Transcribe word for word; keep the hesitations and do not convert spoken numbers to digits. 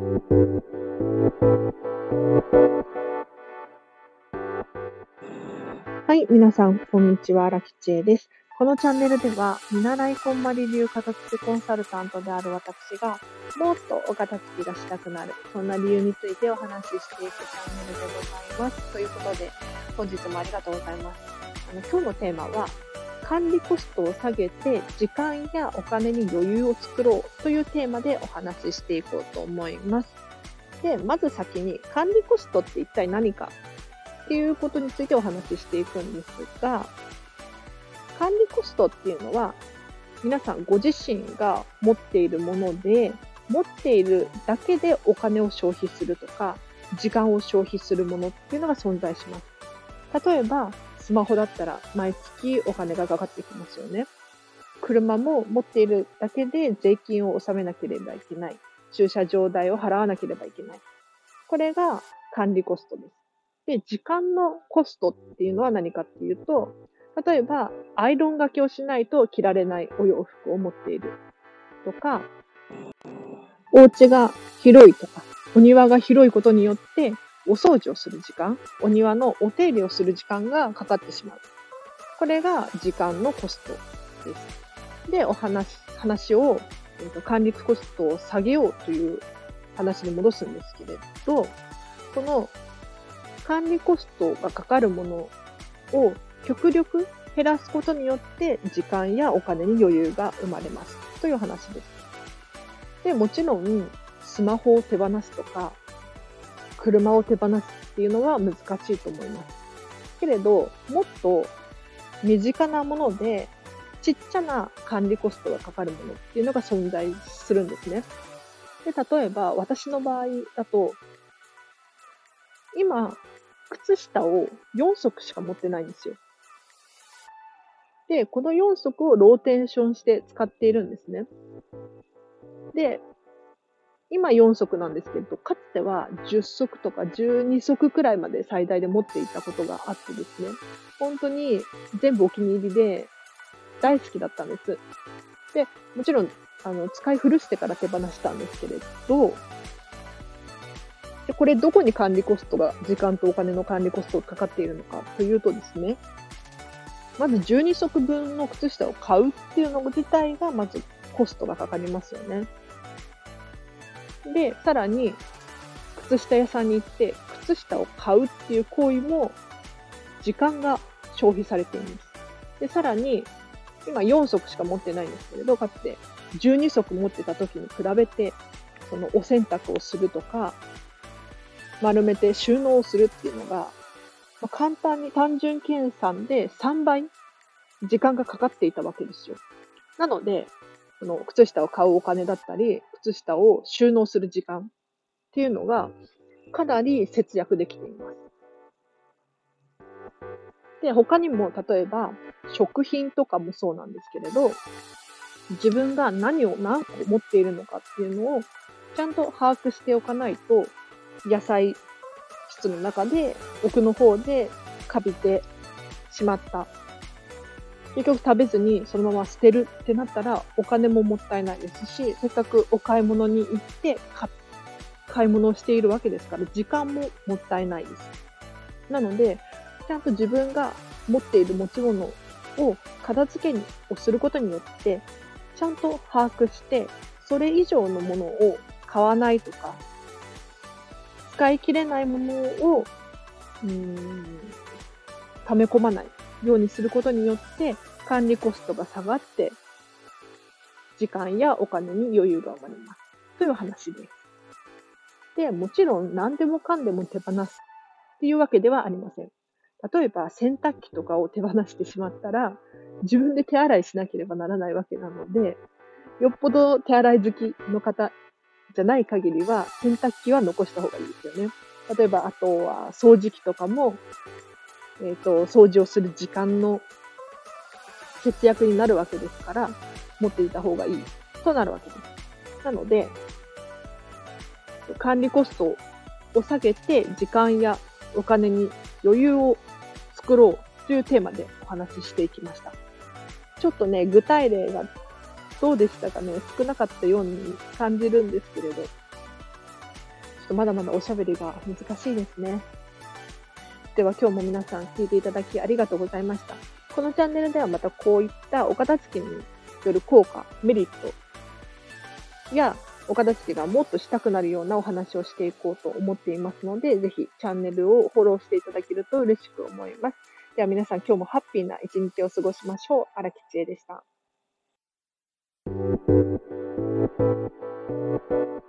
はい、皆さん、こんにちは。ラキチエです。このチャンネルでは、見習いこんまり流片付けコンサルタントである私が、もっとお片付けがしたくなる、そんな理由についてお話ししていくチャンネルでございます。ということで、本日もありがとうございます。あの今日のテーマは、管理コストを下げて、時間やお金に余裕を作ろうというテーマでお話ししていこうと思います。で、まず先に、管理コストって一体何かっていうことについてお話ししていくんですが、管理コストっていうのは、皆さんご自身が持っているもので、持っているだけでお金を消費するとか、時間を消費するものっていうのが存在します。例えば、スマホだったら毎月お金がかかってきますよね。車も持っているだけで税金を納めなければいけない。駐車場代を払わなければいけない。これが管理コストです。で、時間のコストっていうのは何かっていうと、例えば、アイロンがけをしないと着られないお洋服を持っているとか、お家が広いとか、お庭が広いことによって、お掃除をする時間、お庭のお手入れをする時間がかかってしまう。これが時間のコストです。で、お話、話を、えーと、管理コストを下げようという話に戻すんですけれど、この管理コストがかかるものを極力減らすことによって時間やお金に余裕が生まれますという話です。で、もちろんスマホを手放すとか車を手放すっていうのは難しいと思います。けれど、もっと身近なものでちっちゃな管理コストがかかるものっていうのが存在するんですね。で、例えば私の場合だと、今、靴下をよん足しか持ってないんですよ。で、このよん足をローテーションして使っているんですね。で、今よん足なんですけど、かつてはじゅっ足とかじゅうに足くらいまで最大で持っていたことがあってですね、本当に全部お気に入りで大好きだったんです。で、もちろん、あの、使い古してから手放したんですけれど、で、これどこに管理コストが、時間とお金の管理コストがかかっているのかというとですね、まずじゅうに足分の靴下を買うっていうの自体がまずコストがかかりますよね。で、さらに靴下屋さんに行って靴下を買うっていう行為も時間が消費されています。で、さらに今よん足しか持ってないんですけれど、かつてじゅうに足持ってた時に比べて、そのお洗濯をするとか、丸めて収納をするっていうのが、まあ、簡単に単純計算でさんばい時間がかかっていたわけですよ。なので、その靴下を買うお金だったり、靴下を収納する時間っていうのがかなり節約できています。で、他にも例えば食品とかもそうなんですけれど、自分が何を何個持っているのかっていうのをちゃんと把握しておかないと、野菜室の中で奥の方でカビてしまった。結局食べずにそのまま捨てるってなったらお金ももったいないですし、せっかくお買い物に行って買い物をしているわけですから時間ももったいないです。なので、ちゃんと自分が持っている持ち物を片付けをすることによって、ちゃんと把握して、それ以上のものを買わないとか、使い切れないものを、うーん、溜め込まないようにすることによって、管理コストが下がって、時間やお金に余裕が生まれます。という話です。で、もちろん何でもかんでも手放すっていうわけではありません。例えば洗濯機とかを手放してしまったら、自分で手洗いしなければならないわけなので、よっぽど手洗い好きの方じゃない限りは、洗濯機は残した方がいいですよね。例えば、あとは掃除機とかも、えっと、掃除をする時間の節約になるわけですから、持っていた方がいいとなるわけです。なので、管理コストを下げて時間やお金に余裕を作ろうというテーマでお話ししていきました。ちょっとね、具体例がどうでしたかね、少なかったように感じるんですけれど、 っとまだまだおしゃべりが難しいですね。では今日も皆さん聞いていただきありがとうございました。このチャンネルではまたこういったお片付けによる効果、メリットやお片付けがもっとしたくなるようなお話をしていこうと思っていますので、ぜひチャンネルをフォローしていただけると嬉しく思います。では皆さん今日もハッピーな一日を過ごしましょう。荒木千恵でした。